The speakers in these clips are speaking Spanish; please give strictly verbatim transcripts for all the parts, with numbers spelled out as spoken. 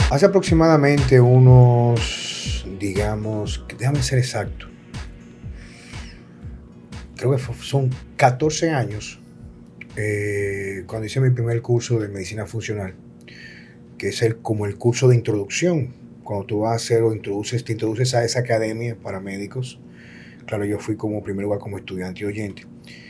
Hace aproximadamente unos, digamos, déjame ser exacto, creo que son catorce años, eh, cuando hice mi primer curso de medicina funcional, que es el, como el curso de introducción, cuando tú vas a hacer o introduces, te introduces a esa academia para médicos. Claro, yo fui como primer lugar como estudiante y oyente.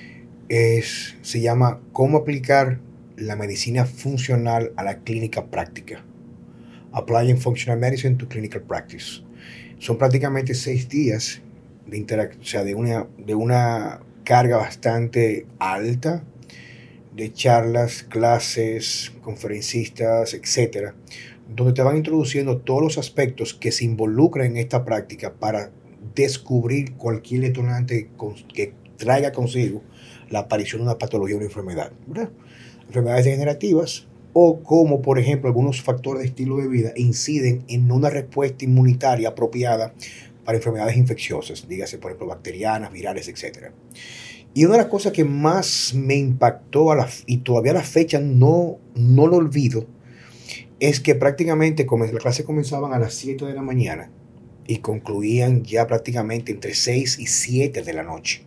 Es, se llama ¿Cómo aplicar la medicina funcional a la clínica práctica? Applying Functional Medicine to Clinical Practice. Son prácticamente seis días de interacción, o sea, de una, de una carga bastante alta de charlas, clases, conferencistas, etcétera, donde te van introduciendo todos los aspectos que se involucran en esta práctica para descubrir cualquier detonante que traiga consigo la aparición de una patología o una enfermedad, ¿verdad? Enfermedades degenerativas, o como, por ejemplo, algunos factores de estilo de vida inciden en una respuesta inmunitaria apropiada para enfermedades infecciosas, dígase, por ejemplo, bacterianas, virales, etcétera. Y una de las cosas que más me impactó a la, y todavía a la fecha no, no lo olvido, es que prácticamente las clases comenzaban a las siete de la mañana y concluían ya prácticamente entre seis y siete de la noche.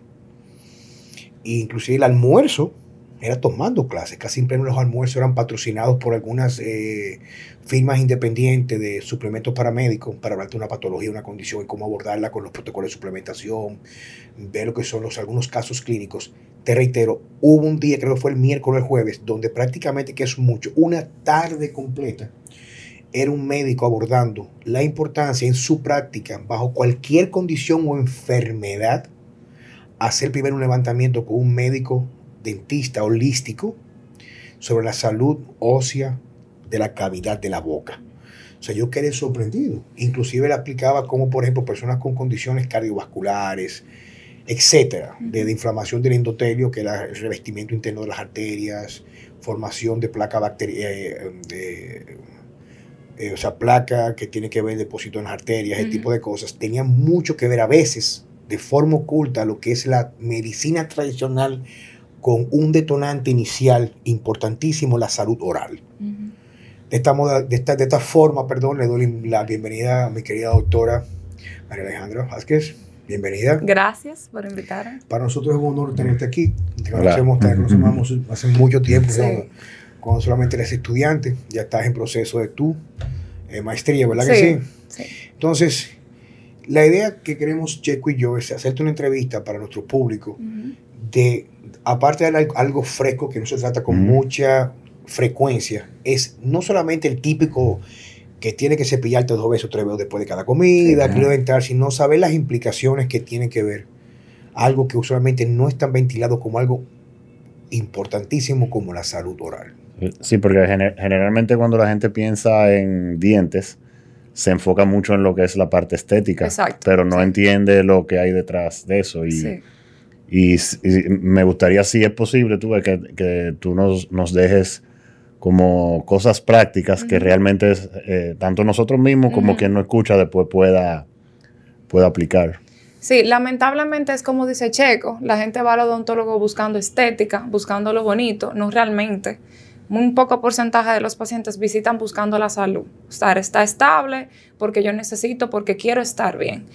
E inclusive el almuerzo era tomando clases. Casi siempre los almuerzos eran patrocinados por algunas eh, firmas independientes de suplementos paramédicos para hablarte de una patología, una condición y cómo abordarla con los protocolos de suplementación, ver lo que son los, algunos casos clínicos. Te reitero, hubo un día, creo que fue el miércoles o el jueves, donde prácticamente, que es mucho, una tarde completa, era un médico abordando la importancia en su práctica, bajo cualquier condición o enfermedad, hacer primero un levantamiento con un médico dentista holístico sobre la salud ósea de la cavidad de la boca. O sea, yo quedé sorprendido. Inclusive le aplicaba como, por ejemplo, personas con condiciones cardiovasculares, etcétera, de, de inflamación del endotelio, que era el revestimiento interno de las arterias, formación de placa bacteriana, eh, de, eh, o sea, placa que tiene que ver depósito en las arterias, uh-huh. Ese tipo de cosas. Tenía mucho que ver a veces, de forma oculta, lo que es la medicina tradicional con un detonante inicial importantísimo, la salud oral. Uh-huh. De, esta moda, de, esta, de esta forma, perdón, le doy la bienvenida a mi querida doctora María Alejandra Vázquez. Bienvenida. Gracias por invitarme. Para nosotros es un honor tenerte aquí. Te conocemos, te conocemos hace mucho tiempo, sí. Cuando, cuando solamente eres estudiante, ya estás en proceso de tu eh, maestría, ¿verdad sí, que sí? Sí. Entonces, la idea que queremos Checo y yo es hacerte una entrevista para nuestro público uh-huh. de, aparte de algo fresco que no se trata con uh-huh. mucha frecuencia, es no solamente el típico que tiene que cepillarte dos veces o tres veces después de cada comida, sí, quiero entrar, sino saber las implicaciones que tienen que ver algo que usualmente no es tan ventilado como algo importantísimo como la salud oral. Sí, porque gener- generalmente cuando la gente piensa en dientes, se enfoca mucho en lo que es la parte estética, exacto, pero no sí. entiende lo que hay detrás de eso. Y, sí. y, y me gustaría, si es posible, tú, que, que tú nos, nos dejes como cosas prácticas uh-huh. que realmente es, eh, tanto nosotros mismos uh-huh. como quien no escucha después pueda, pueda aplicar. Sí, lamentablemente es como dice Checo, la gente va al odontólogo buscando estética, buscando lo bonito, no realmente. Un poco porcentaje de los pacientes visitan buscando la salud. Estar está estable porque yo necesito, porque quiero estar bien.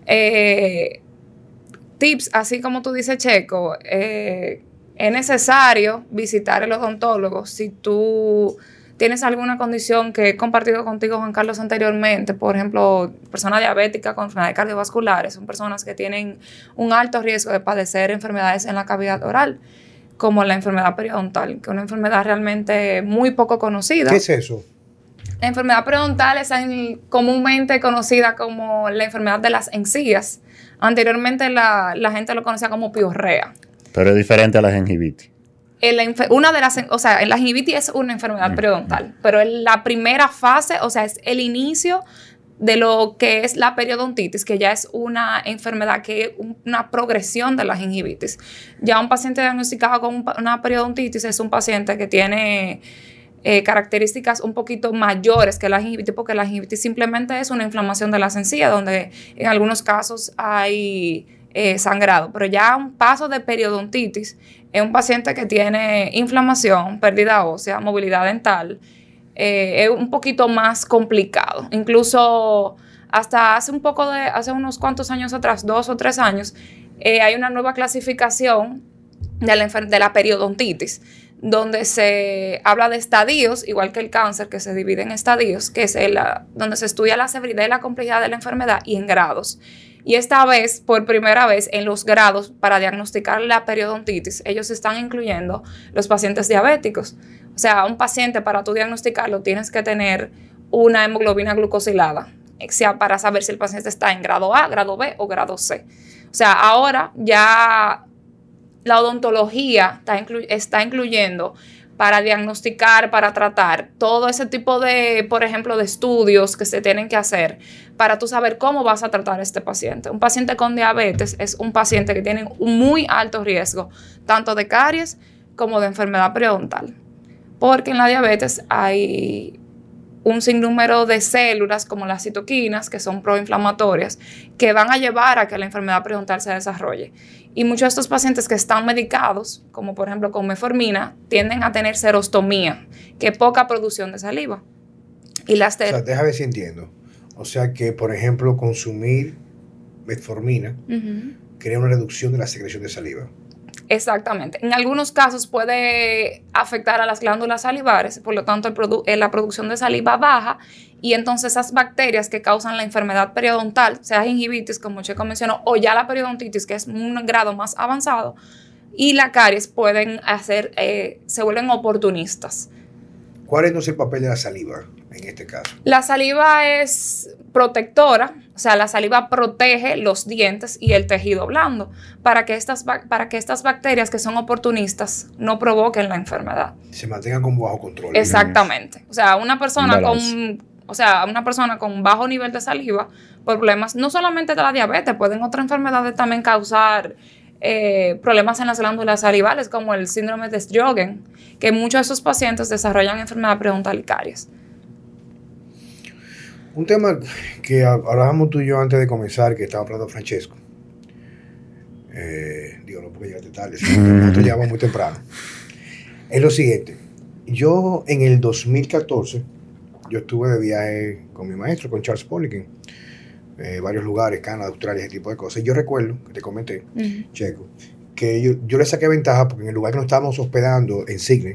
Eh, tips, así como tú dices, Checo, eh, es necesario visitar el odontólogo si tú tienes alguna condición que he compartido contigo, Juan Carlos, anteriormente. Por ejemplo, personas diabéticas con enfermedades cardiovasculares son personas que tienen un alto riesgo de padecer enfermedades en la cavidad oral, como la enfermedad periodontal, que es una enfermedad realmente muy poco conocida. ¿Qué es eso? La enfermedad periodontal es comúnmente conocida como la enfermedad de las encías. Anteriormente la, la gente lo conocía como piorrea. Pero es diferente a la gingivitis. El, una de las, o sea, la gingivitis es una enfermedad periodontal, pero en la primera fase, o sea, es el inicio de lo que es la periodontitis, que ya es una enfermedad que es una progresión de la gingivitis. Ya un paciente diagnosticado con una periodontitis es un paciente que tiene eh, características un poquito mayores que la gingivitis, porque la gingivitis simplemente es una inflamación de las encías, donde en algunos casos hay eh, sangrado. Pero ya un paso de periodontitis es un paciente que tiene inflamación, pérdida ósea, movilidad dental, eh, es un poquito más complicado. Incluso hasta hace un poco de, hace unos cuantos años atrás, dos o tres años, eh, hay una nueva clasificación de la, de la periodontitis, donde se habla de estadios, igual que el cáncer, que se divide en estadios, que es el, donde se estudia la severidad y la complejidad de la enfermedad, y en grados. Y esta vez, por primera vez, en los grados para diagnosticar la periodontitis, ellos están incluyendo los pacientes diabéticos. O sea, un paciente, para tú diagnosticarlo, tienes que tener una hemoglobina glucosilada, sea para saber si el paciente está en grado A, grado B o grado C. O sea, ahora ya la odontología está, inclu- está incluyendo para diagnosticar, para tratar, todo ese tipo de, por ejemplo, de estudios que se tienen que hacer para tú saber cómo vas a tratar a este paciente. Un paciente con diabetes es un paciente que tiene un muy alto riesgo, tanto de caries como de enfermedad periodontal. Porque en la diabetes hay un sinnúmero de células como las citoquinas, que son proinflamatorias, que van a llevar a que la enfermedad periodontal se desarrolle. Y muchos de estos pacientes que están medicados, como por ejemplo con metformina, tienden a tener serostomía, que es poca producción de saliva. Y las ter- o sea, déjame ver si entiendo. O sea que, por ejemplo, consumir metformina uh-huh. crea una reducción de la secreción de saliva. Exactamente. En algunos casos puede afectar a las glándulas salivares, por lo tanto el produ- la producción de saliva baja, y entonces esas bacterias que causan la enfermedad periodontal, sea gingivitis, como Checo mencionó, o ya la periodontitis, que es un grado más avanzado, y la caries pueden hacer, eh, se vuelven oportunistas. ¿Cuál es entonces el papel de la saliva en este caso? La saliva es protectora, o sea, la saliva protege los dientes y el tejido blando para que estas, para que estas bacterias que son oportunistas no provoquen la enfermedad. Se mantengan como bajo control. Exactamente. O sea, una persona con, o sea, una persona con bajo nivel de saliva, por problemas no solamente de la diabetes, pueden otras enfermedades también causar Eh, problemas en las glándulas salivales, como el síndrome de Sjögren, que muchos de esos pacientes desarrollan enfermedad periodontal y caries. Un tema que hablábamos tú y yo antes de comenzar, que estaba hablando Francesco, eh, digo, no porque llegaste tarde, nosotros llegamos muy temprano, es lo siguiente. Yo en el dos mil catorce, yo estuve de viaje con mi maestro, con Charles Poliquin, Eh, varios lugares, Canadá, Australia, ese tipo de cosas. Y yo recuerdo, que te comenté, uh-huh. Checo, que yo, yo le saqué ventaja porque en el lugar que nos estábamos hospedando, en Sydney,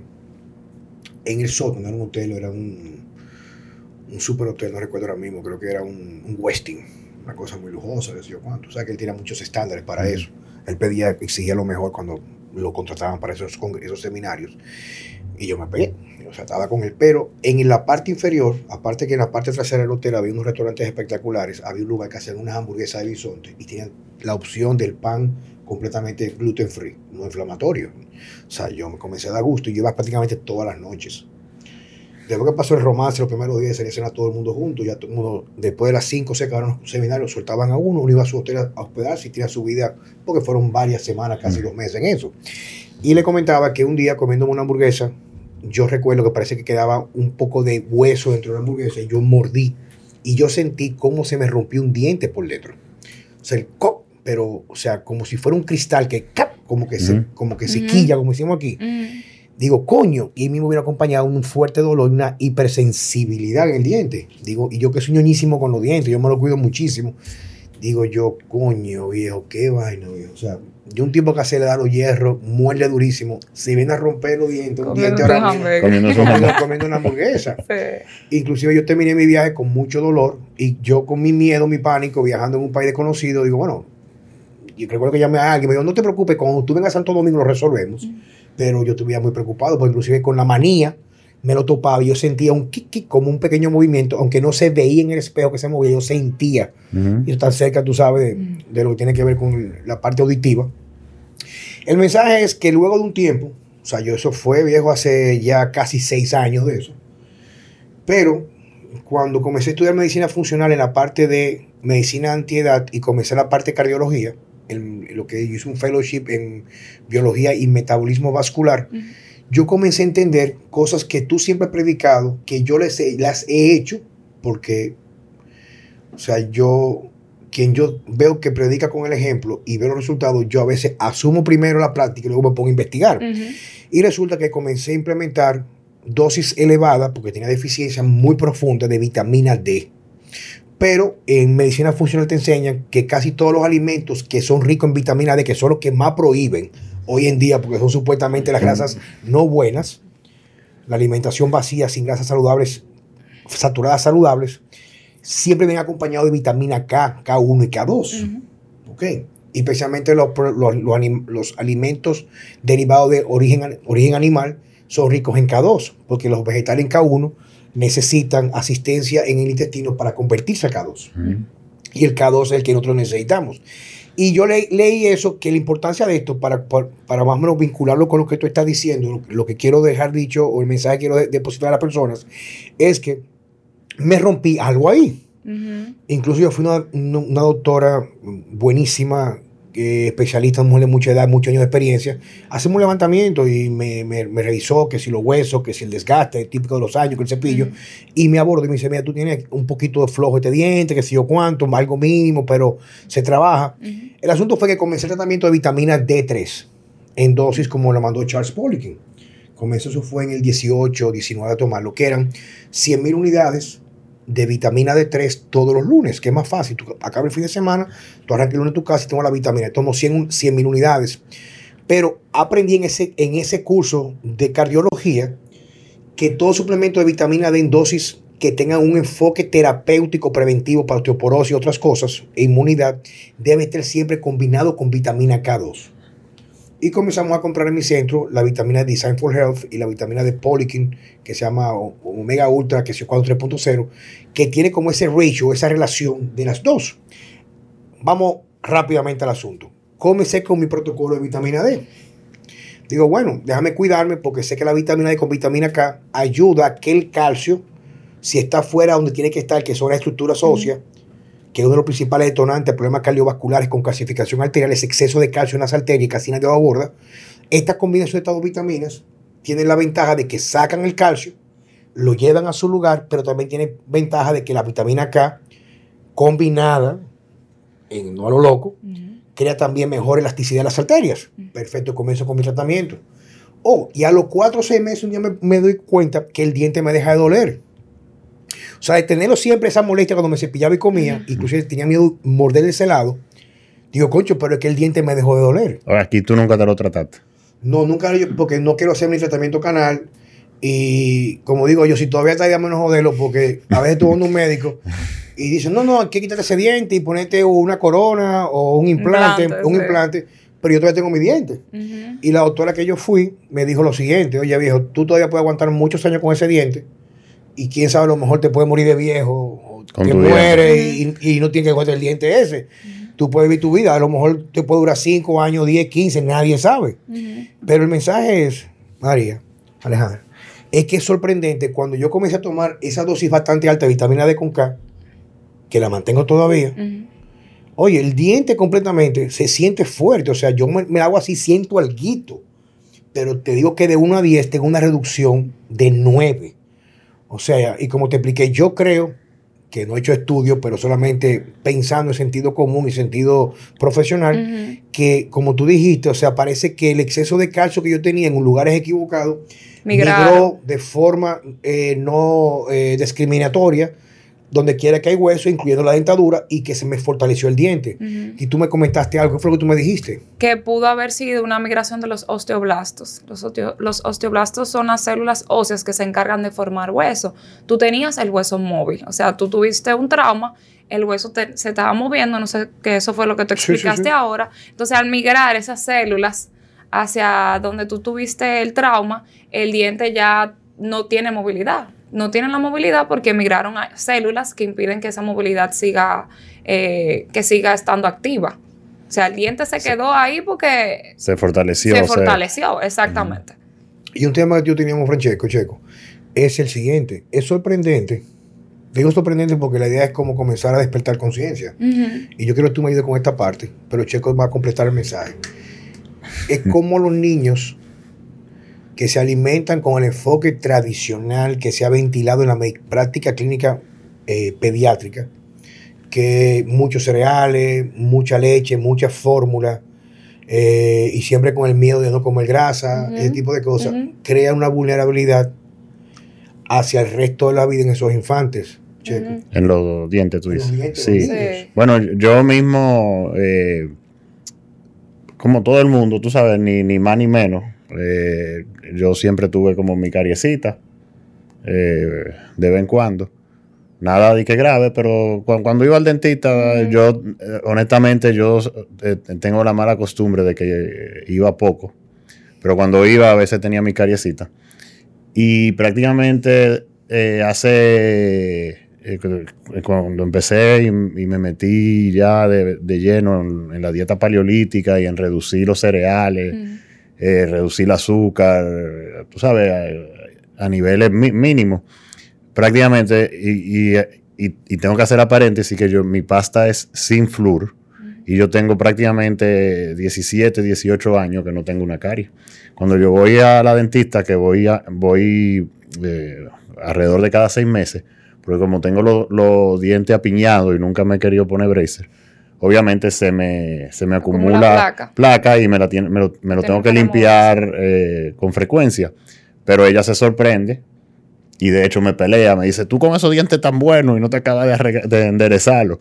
en el sótano, no era un hotel, era un, un super hotel, no recuerdo ahora mismo, creo que era un, un Westin, una cosa muy lujosa, no sé yo cuánto. O sea, que él tiene muchos estándares para uh-huh. eso. Él pedía, exigía lo mejor cuando lo contrataban para esos, esos seminarios. Y yo me pegué. O sea, estaba con él, pero en la parte inferior, aparte que en la parte trasera del hotel había unos restaurantes espectaculares, había un lugar que hacían unas hamburguesas de bisonte y tenían la opción del pan completamente gluten free, no inflamatorio. O sea, yo me comencé a dar gusto y yo iba prácticamente todas las noches. Después que pasó el romance, los primeros días salía a cenar todo el mundo junto, ya todo el mundo, después de las cinco se acabaron los seminarios, soltaban a uno, uno iba a su hotel a hospedarse y tenía su vida, porque fueron varias semanas, casi dos meses en eso. Y le comentaba que un día comiéndome una hamburguesa, yo recuerdo que parece que quedaba un poco de hueso dentro de la hamburguesa y yo mordí y yo sentí cómo se me rompió un diente por dentro. O sea, el cop, pero, o sea, como si fuera un cristal que cap, como que, uh-huh. se, como que se uh-huh. quilla, como decimos aquí. Uh-huh. Digo, coño, y a mí me hubiera acompañado un fuerte dolor y una hipersensibilidad en el diente. Digo, y yo que soy ñoñísimo con los dientes, yo me lo cuido muchísimo. Digo yo, coño, viejo, qué vaina, viejo. O sea, yo un tipo que se le da los hierros, muerde durísimo, se viene a romper los dientes, un diente ahora mismo, comiendo, comiendo una hamburguesa. Sí. Inclusive yo terminé mi viaje con mucho dolor y yo con mi miedo, mi pánico, viajando en un país desconocido, digo, bueno, yo recuerdo que llamé a alguien, me dijo, no te preocupes, cuando tú vengas a Santo Domingo lo resolvemos. Mm. Pero yo estuve muy preocupado, porque inclusive con la manía me lo topaba y yo sentía un kiki, como un pequeño movimiento, aunque no se veía en el espejo que se movía, yo sentía. Uh-huh. Y estar cerca, tú sabes, de, de lo que tiene que ver con la parte auditiva. El mensaje es que luego de un tiempo, o sea, yo eso fue viejo hace ya casi seis años de eso, pero cuando comencé a estudiar medicina funcional en la parte de medicina antiedad y comencé la parte de cardiología, en lo que yo hice un fellowship en biología y metabolismo vascular, uh-huh. yo comencé a entender cosas que tú siempre has predicado, que yo les he, las he hecho, porque, o sea, yo, quien yo veo que predica con el ejemplo y veo los resultados, yo a veces asumo primero la práctica y luego me pongo a investigar. Uh-huh. Y resulta que comencé a implementar dosis elevada porque tenía deficiencia muy profunda de vitamina D. Pero en medicina funcional te enseñan que casi todos los alimentos que son ricos en vitamina D, que son los que más prohíben hoy en día, porque son supuestamente las grasas no buenas, la alimentación vacía, sin grasas saludables, saturadas saludables, siempre vienen acompañados de vitamina K, K uno y K dos. Uh-huh. ¿Okay? Y especialmente los, los, los, los alimentos derivados de origen, origen animal son ricos en K dos, porque los vegetales en K uno necesitan asistencia en el intestino para convertirse a K dos. Uh-huh. Y el K dos es el que nosotros necesitamos. Y yo le, leí eso, que la importancia de esto, para, para, para más o menos vincularlo con lo que tú estás diciendo, lo, lo que quiero dejar dicho, o el mensaje que quiero de, depositar a las personas, es que me rompí algo ahí. Uh-huh. Incluso yo fui una, una doctora buenísima, eh, especialista en mujeres de mucha edad, muchos años de experiencia. Hacemos un levantamiento y me, me, me revisó que si los huesos, que si el desgaste típico de los años, que el cepillo, uh-huh. y me abordó y me dice, mira, tú tienes un poquito de flojo este diente, que si yo cuánto, algo mínimo, pero se trabaja. Uh-huh. El asunto fue que comencé el tratamiento de vitamina D tres en dosis como lo mandó Charles Poliquin. Comenzó, eso fue en el dieciocho, diecinueve a tomarlo, que eran cien mil unidades de vitamina D tres todos los lunes, que es más fácil. Tú acabas el fin de semana, tú arrancas el lunes en tu casa y tomas la vitamina. Tomo cien mil unidades. Pero aprendí en ese, en ese curso de cardiología que todo suplemento de vitamina D en dosis que tengan un enfoque terapéutico preventivo para osteoporosis y otras cosas, e inmunidad, debe estar siempre combinado con vitamina K dos. Y comenzamos a comprar en mi centro la vitamina Design for Health y la vitamina de Poliquin, que se llama Omega Ultra, que es cuatro tres punto cero, que tiene como ese ratio, esa relación de las dos. Vamos rápidamente al asunto. Comencé con mi protocolo de vitamina D. Digo, bueno, déjame cuidarme porque sé que la vitamina D con vitamina K ayuda a que el calcio, si está fuera donde tiene que estar, que son las estructuras óseas, mm. que uno de los principales detonantes de problemas cardiovasculares con calcificación arterial es exceso de calcio en las arterias, casi nadie lo aborda. Esta combinación de estas dos vitaminas tiene la ventaja de que sacan el calcio, lo llevan a su lugar, pero también tiene ventaja de que la vitamina K combinada, en, no a lo loco, uh-huh. crea también mejor elasticidad de las arterias. Uh-huh. Perfecto, comienzo con mi tratamiento. Oh, y a los cuatro o seis meses un día me, me doy cuenta que el diente me deja de doler. O sea, de tenerlo siempre esa molestia cuando me cepillaba y comía, uh-huh. inclusive tenía miedo de morder ese lado. Digo, concho, pero es que el diente me dejó de doler. Ahora, aquí tú nunca te lo trataste. No, nunca, porque no quiero hacer mi tratamiento canal. Y como digo yo, si todavía está de menos joderlo, porque a veces tú vas a un médico y dicen, no, no, hay que quitarte ese diente y ponerte una corona o un implante, implante un sí. implante, pero yo todavía tengo mi diente. Uh-huh. Y la doctora que yo fui me dijo lo siguiente, oye viejo, tú todavía puedes aguantar muchos años con ese diente y quién sabe, a lo mejor te puedes morir de viejo, o te mueres y, y no tienes que aguantar el diente ese. Uh-huh. Tú puedes vivir tu vida, a lo mejor te puede durar cinco años, diez, quince, nadie sabe. Uh-huh. Pero el mensaje es, María, Alejandra, es que es sorprendente cuando yo comencé a tomar esa dosis bastante alta de vitamina D con K, que la mantengo todavía. Uh-huh. Oye, el diente completamente se siente fuerte. O sea, yo me, me hago así, siento alguito. Pero te digo que de uno a diez tengo una reducción de nueve. O sea, y como te expliqué, yo creo que no he hecho estudios, pero solamente pensando en sentido común y sentido profesional, uh-huh. que como tú dijiste, o sea, parece que el exceso de calcio que yo tenía en lugares equivocados Migraron. migró de forma eh, no eh, discriminatoria, donde quiera que hay hueso, incluyendo la dentadura, y que se me fortaleció el diente. Uh-huh. Y tú me comentaste algo, ¿qué fue lo que tú me dijiste? Que pudo haber sido una migración de los osteoblastos. Los, osteo, los osteoblastos son las células óseas que se encargan de formar hueso. Tú tenías el hueso móvil, o sea, tú tuviste un trauma, el hueso te, se estaba moviendo, no sé, que eso fue lo que tú explicaste sí, sí, sí. ahora. Entonces, al migrar esas células hacia donde tú tuviste el trauma, el diente ya no tiene movilidad. No tienen la movilidad porque migraron a células que impiden que esa movilidad siga, eh, que siga estando activa. O sea, el diente se quedó sí. ahí porque... Se fortaleció. Se fortaleció, sea. exactamente. Uh-huh. Y un tema que yo teníamos, Francesco, Checo, es el siguiente. Es sorprendente. Digo sorprendente porque la idea es como comenzar a despertar conciencia. Uh-huh. Y yo quiero que tú me ayudes con esta parte, pero Checo va a completar el mensaje. Es como los niños que se alimentan con el enfoque tradicional que se ha ventilado en la práctica clínica eh, pediátrica, que muchos cereales, mucha leche, mucha fórmula, eh, y siempre con el miedo de no comer grasa, uh-huh. ese tipo de cosas, uh-huh. crea una vulnerabilidad hacia el resto de la vida en esos infantes. Checo. Uh-huh. En los dientes, tú dices. En los dientes, sí. sí. Bueno, yo mismo, eh, como todo el mundo, tú sabes, ni, ni más ni menos, eh, yo siempre tuve como mi cariecita, eh, de vez en cuando. Nada de que grave, pero cuando, cuando iba al dentista, uh-huh. yo, eh, honestamente, yo eh, tengo la mala costumbre de que eh, iba poco. Pero cuando iba, a veces tenía mi cariecita. Y prácticamente eh, hace... Eh, cuando empecé y, y me metí ya de, de lleno en, en la dieta paleolítica y en reducir los cereales, uh-huh. eh, reducir el azúcar, tú sabes, a, a niveles mi, mínimos. Prácticamente, y, y, y, y tengo que hacer la paréntesis que yo, mi pasta es sin flúor, uh-huh. y yo tengo prácticamente diecisiete, dieciocho años que no tengo una caries. Cuando yo voy a la dentista, que voy, a, voy eh, alrededor de cada seis meses, porque como tengo los, los dientes apiñados y nunca me he querido poner bracer, obviamente se me, se me acumula, acumula placa. placa y me, la tiene, me lo, me lo tengo que limpiar eh, con frecuencia. Pero ella se sorprende y de hecho me pelea, me dice, tú con esos dientes tan buenos y no te acabas de, arreg- de enderezarlos.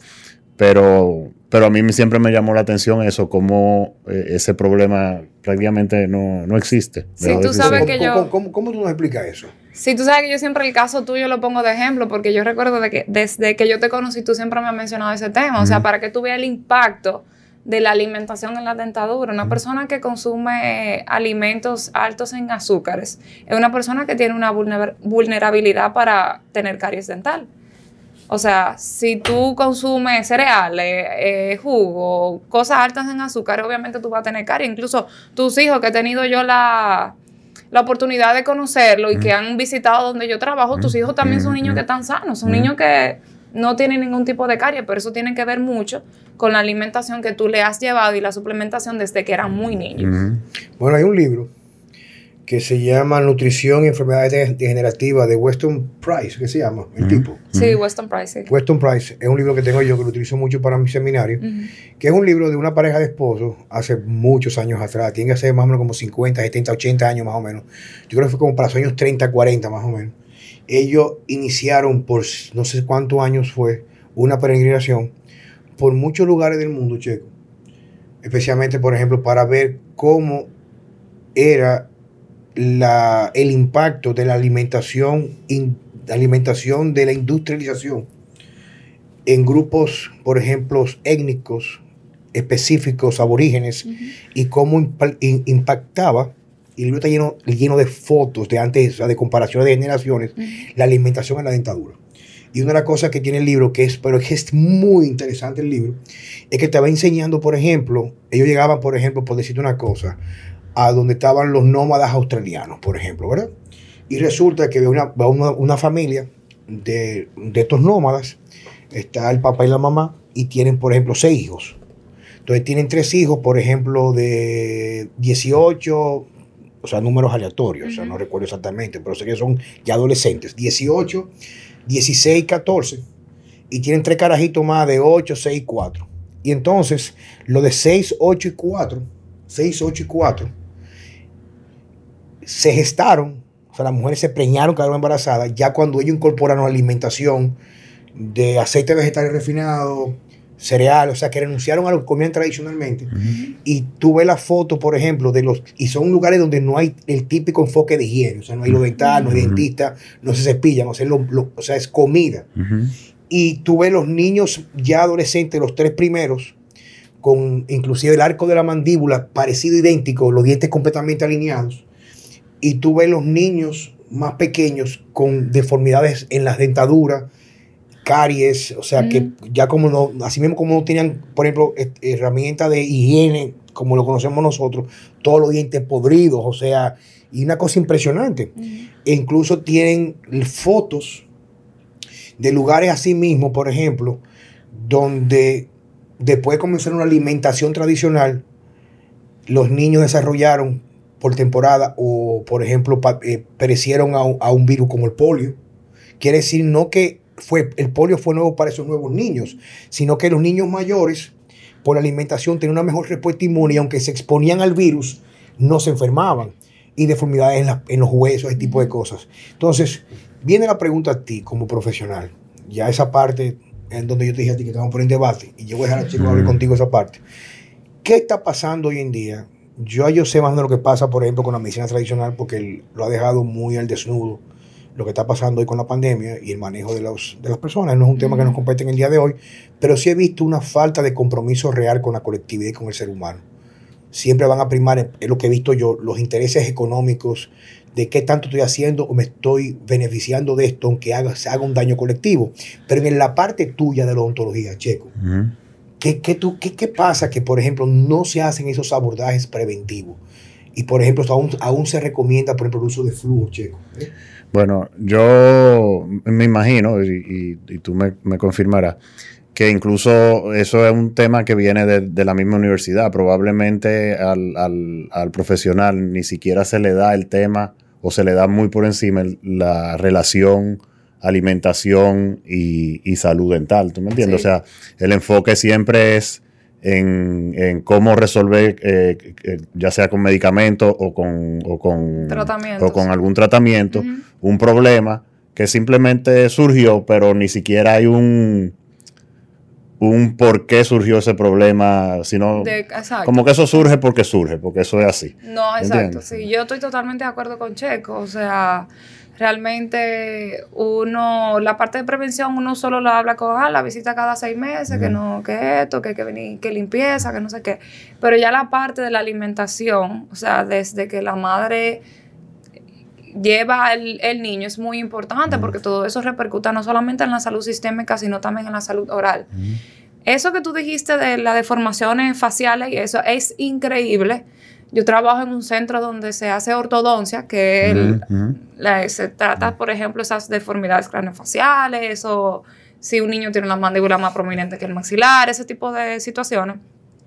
Pero, pero a mí siempre me llamó la atención eso, cómo eh, ese problema prácticamente no, no existe. Sí, tú sabes ¿Cómo, que ¿cómo, yo... ¿cómo, cómo, cómo tú nos explicas eso? Sí, tú sabes que yo siempre el caso tuyo lo pongo de ejemplo, porque yo recuerdo de que desde que yo te conocí, tú siempre me has mencionado ese tema. Uh-huh. O sea, para que tú veas el impacto de la alimentación en la dentadura. Una uh-huh. persona que consume alimentos altos en azúcares es una persona que tiene una vulner- vulnerabilidad para tener caries dental. O sea, si tú consumes cereales, eh, jugo, cosas altas en azúcar, obviamente tú vas a tener caries. Incluso tus hijos, que he tenido yo la, la oportunidad de conocerlo y mm. que han visitado donde yo trabajo, tus hijos también son niños que están sanos, son mm. niños que no tienen ningún tipo de caries, pero eso tiene que ver mucho con la alimentación que tú le has llevado y la suplementación desde que eran muy niños. Mm. Bueno, hay un libro que se llama Nutrición y Enfermedades Degenerativas de Weston Price, ¿qué se llama? El uh-huh. tipo. Sí, Weston Price. Sí. Weston Price es un libro que tengo yo, que lo utilizo mucho para mi seminario, uh-huh. que es un libro de una pareja de esposos hace muchos años atrás, tiene que ser más o menos como cincuenta, setenta, ochenta años más o menos. Yo creo que fue como para los años treinta, cuarenta más o menos. Ellos iniciaron por no sé cuántos años fue una peregrinación por muchos lugares del mundo, Checo. Especialmente, por ejemplo, para ver cómo era La, el impacto de la alimentación, in, alimentación de la industrialización en grupos, por ejemplo, étnicos específicos, aborígenes, uh-huh. y cómo impa, in, impactaba, y el libro está lleno, lleno de fotos de antes, de comparaciones de generaciones, uh-huh. la alimentación en la dentadura. Y una de las cosas que tiene el libro, que es, pero que es muy interesante el libro, es que te va enseñando, por ejemplo, ellos llegaban, por ejemplo, por decirte una cosa, a donde estaban los nómadas australianos, por ejemplo, ¿verdad? Y resulta que una, una, una familia de, de estos nómadas, está el papá y la mamá, y tienen, por ejemplo, seis hijos. Entonces tienen tres hijos, por ejemplo, de dieciocho, o sea, números aleatorios, uh-huh. o sea, no recuerdo exactamente, pero sé que son ya adolescentes, dieciocho, dieciséis, catorce, y tienen tres carajitos más de ocho, seis y cuatro. Y entonces, lo de seis, ocho y cuatro, seis, ocho y cuatro, se gestaron, o sea, las mujeres se preñaron, quedaron embarazadas, ya cuando ellos incorporaron alimentación de aceite vegetal refinado, cereal, o sea, que renunciaron a lo que comían tradicionalmente. Uh-huh. Y tú ves la foto, por ejemplo, de los, y son lugares donde no hay el típico enfoque de higiene, o sea, no hay lo dental, no hay uh-huh. dentista, no se cepillan, o sea, lo, lo, o sea es comida. Uh-huh. Y tú ves los niños ya adolescentes, los tres primeros, con inclusive el arco de la mandíbula parecido, idéntico, los dientes completamente alineados. Y tú ves los niños más pequeños con deformidades en las dentaduras, caries, o sea, mm. que ya como no, así mismo como no tenían, por ejemplo, herramientas de higiene, como lo conocemos nosotros, todos los dientes podridos, o sea, y una cosa impresionante. Mm. E incluso tienen fotos de lugares así mismo, por ejemplo, donde después de comenzar una alimentación tradicional, los niños desarrollaron por temporada o, por ejemplo, pa, eh, perecieron a, a un virus como el polio. Quiere decir no que fue, el polio fue nuevo para esos nuevos niños, sino que los niños mayores, por la alimentación, tenían una mejor respuesta inmune y aunque se exponían al virus, no se enfermaban. y deformidades en, la, en los huesos, ese tipo de cosas. Entonces, viene la pregunta a ti como profesional, ya esa parte en donde yo te dije a ti que te vamos a poner en debate, y yo voy a dejar a Checo hablar contigo esa parte. ¿Qué está pasando hoy en día? Yo, yo sé más o menos lo que pasa, por ejemplo, con la medicina tradicional, porque él lo ha dejado muy al desnudo, lo que está pasando hoy con la pandemia y el manejo de, los, de las personas. No es un tema que nos compete en el día de hoy, pero sí he visto una falta de compromiso real con la colectividad y con el ser humano. Siempre van a primar, es lo que he visto yo, los intereses económicos de qué tanto estoy haciendo o me estoy beneficiando de esto, aunque haga, se haga un daño colectivo. Pero en la parte tuya de la odontología, Checo, uh-huh. ¿qué, qué, tú, qué, ¿qué pasa que, por ejemplo, no se hacen esos abordajes preventivos? Y, por ejemplo, aún, aún se recomienda, por ejemplo, el uso de flúor, Checo. ¿eh? Bueno, yo me imagino, y, y, y tú me, me confirmarás, que incluso eso es un tema que viene de, de la misma universidad. Probablemente al, al, al profesional ni siquiera se le da el tema o se le da muy por encima el, la relación alimentación y, y salud dental. ¿Tú me entiendes? Sí. O sea, el enfoque siempre es en, en cómo resolver, eh, eh, ya sea con medicamentos o con, o con, o con algún tratamiento, uh-huh. un problema que simplemente surgió, pero ni siquiera hay un... un por qué surgió ese problema, sino de, como que eso surge porque surge, porque eso es así. No, exacto, ¿entiendes? Sí, yo estoy totalmente de acuerdo con Checo, o sea, realmente uno, la parte de prevención uno solo la habla con ah, la visita cada seis meses, mm. que no, que esto, que hay que venir, que limpieza, que no sé qué, pero ya la parte de la alimentación, o sea, desde que la madre lleva el, el niño es muy importante, mm. porque todo eso repercuta no solamente en la salud sistémica, sino también en la salud oral. Mm. Eso que tú dijiste de las deformaciones faciales y eso es increíble. Yo trabajo en un centro donde se hace ortodoncia, que mm. el, mm. la, se trata, mm. por ejemplo, esas deformidades craneofaciales o si un niño tiene la mandíbula más prominente que el maxilar, ese tipo de situaciones.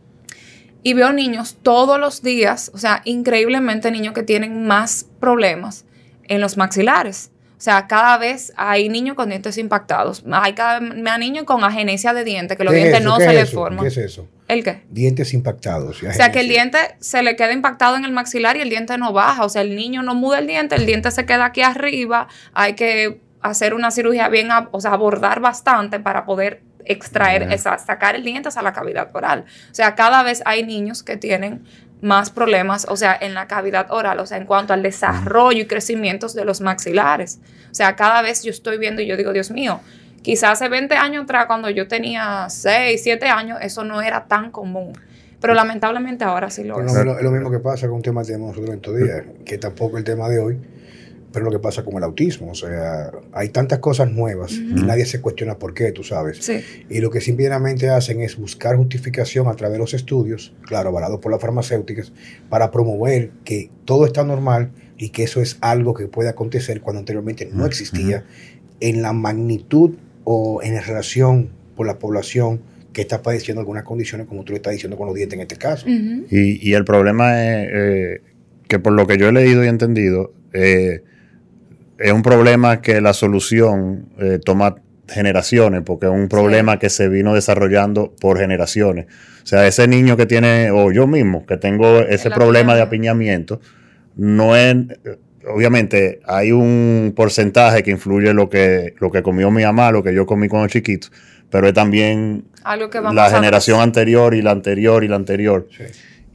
Y veo niños todos los días, o sea, increíblemente niños que tienen más problemas en los maxilares. O sea, cada vez hay niños con dientes impactados. Hay cada vez más niños con agenesia de dientes, que los dientes no se les forman. ¿Qué es eso? ¿El qué? Dientes impactados. O sea, que el diente se le queda impactado en el maxilar y el diente no baja. O sea, el niño no muda el diente, el diente se queda aquí arriba. Hay que hacer una cirugía bien, o sea, abordar bastante para poder extraer, uh-huh. esa, sacar el diente hacia la cavidad oral. O sea, cada vez hay niños que tienen más problemas, o sea, en la cavidad oral, o sea, en cuanto al desarrollo y crecimiento de los maxilares. O sea, cada vez yo estoy viendo y yo digo, Dios mío, quizás hace veinte años atrás, cuando yo tenía seis, siete años, eso no era tan común. Pero lamentablemente ahora sí lo es. Es lo, lo mismo que pasa con un tema que tenemos nosotros en estos días, que tampoco es el tema de hoy, pero lo que pasa con el autismo. O sea, hay tantas cosas nuevas uh-huh. y nadie se cuestiona por qué, tú sabes. Sí. Y lo que simplemente hacen es buscar justificación a través de los estudios, claro, avalados por las farmacéuticas, para promover que todo está normal y que eso es algo que puede acontecer cuando anteriormente no existía uh-huh. en la magnitud o en relación por la población que está padeciendo algunas condiciones, como tú le estás diciendo con los dientes en este caso. Uh-huh. Y, y el problema es eh, que por lo que yo he leído y entendido, eh, es un problema que la solución eh, toma generaciones, porque es un problema sí. que se vino desarrollando por generaciones. O sea, ese niño que tiene, o yo mismo, que tengo ese problema de apiñamiento, no es, obviamente hay un porcentaje que influye lo que, lo que comió mi mamá, lo que yo comí cuando chiquito, pero es también algo que la generación anterior y la anterior y la anterior. Sí.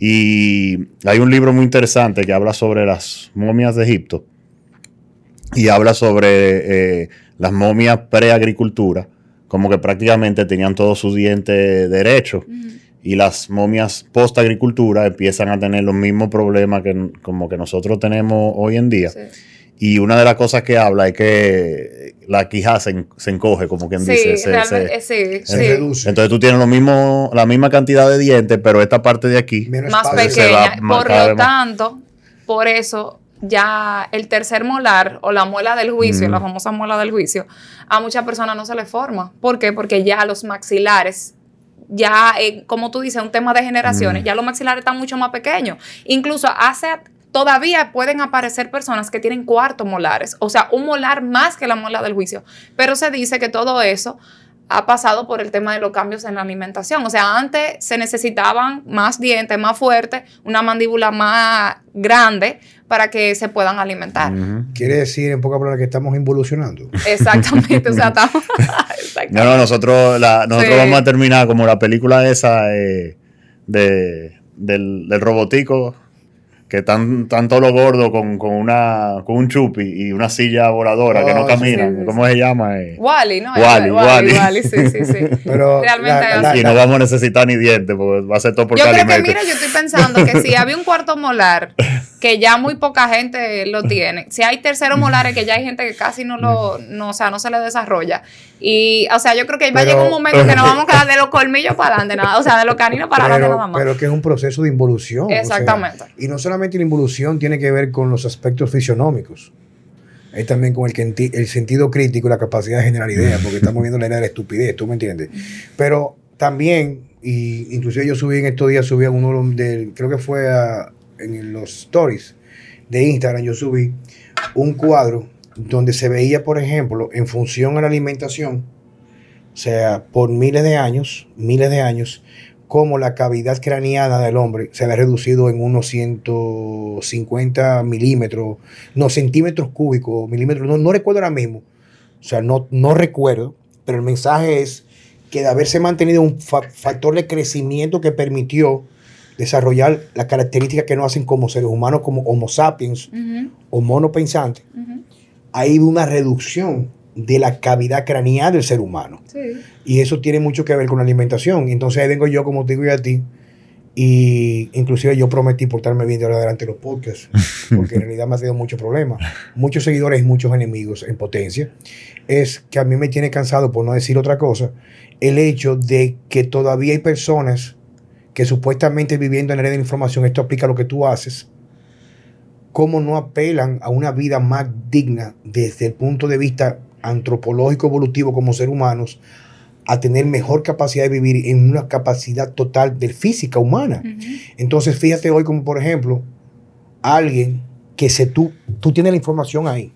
Y hay un libro muy interesante que habla sobre las momias de Egipto, y habla sobre eh, las momias pre-agricultura, como que prácticamente tenían todos sus dientes derechos, uh-huh. y las momias post-agricultura empiezan a tener los mismos problemas que, como que nosotros tenemos hoy en día. Sí. Y una de las cosas que habla es que la quijada se, se encoge, como quien sí, dice. Se, realmente, se, sí, se sí. reduce. Entonces tú tienes lo mismo, la misma cantidad de dientes, pero esta parte de aquí más pequeña. Por lo tanto, por eso ya el tercer molar o la muela del juicio, mm. la famosa muela del juicio, a muchas personas no se le forma. ¿Por qué? Porque ya los maxilares, ya, eh, como tú dices, un tema de generaciones, mm. ya los maxilares están mucho más pequeños. Incluso hace, todavía pueden aparecer personas que tienen cuarto molares, o sea, un molar más que la muela del juicio. Pero se dice que todo eso ha pasado por el tema de los cambios en la alimentación. O sea, antes se necesitaban más dientes, más fuertes, una mandíbula más grande para que se puedan alimentar. Uh-huh. Quiere decir, en pocas palabras, que estamos involucionando. Exactamente, o sea, estamos... No, no, nosotros, la, nosotros sí. vamos a terminar como la película esa eh, de, del, del robotico, que están, están todos los gordos con, con, una, con un chupi y una silla voladora oh, que no camina. Sí, sí, ¿Cómo sí. se llama? Eh, Wally, ¿no? Wally, Wally. Wally, sí, sí, sí. Pero realmente la, la, y no vamos a necesitar ni dientes, porque va a ser todo por yo calimetro. Creo que, mira, yo estoy pensando que si había un cuarto molar, que ya muy poca gente lo tiene, si hay terceros molares, que ya hay gente que casi no lo, no, o sea, no se le desarrolla. Y, o sea, yo creo que va a llegar un momento que nos vamos a quedar de los colmillos para adelante, nada, o sea, de los caninos para adelante nada más. Pero que es un proceso de involución. Exactamente. O sea, y no solamente la involución tiene que ver con los aspectos fisionómicos, es también con el, el sentido crítico y la capacidad de generar ideas, porque estamos viendo la era de la estupidez, ¿tú me entiendes? Pero también, y inclusive yo subí en estos días, subí a uno de, creo que fue a, en los stories de Instagram, yo subí un cuadro donde se veía, por ejemplo, en función a la alimentación, o sea, por miles de años, miles de años, cómo la cavidad craneana del hombre se había reducido en unos ciento cincuenta milímetros, no, centímetros cúbicos, milímetros, no, no recuerdo ahora mismo, o sea, no, no recuerdo, pero el mensaje es que de haberse mantenido un fa- factor de crecimiento que permitió desarrollar las características que nos hacen como seres humanos, como Homo sapiens, uh-huh. o mono pensante, uh-huh. hay una reducción de la cavidad craneal del ser humano. Sí. Y eso tiene mucho que ver con la alimentación. Entonces ahí vengo yo, como te digo yo a ti, y inclusive yo prometí portarme bien de ahora adelante los podcasts, porque en realidad me ha sido mucho problema. Muchos seguidores y muchos enemigos en potencia. Es que a mí me tiene cansado, por no decir otra cosa, el hecho de que todavía hay personas que supuestamente viviendo en la era de la información, esto aplica a lo que tú haces, cómo no apelan a una vida más digna desde el punto de vista antropológico, evolutivo como ser humanos, a tener mejor capacidad de vivir en una capacidad total de física humana. Uh-huh. Entonces, fíjate hoy como, por ejemplo, alguien que se tú, tú tienes la información ahí.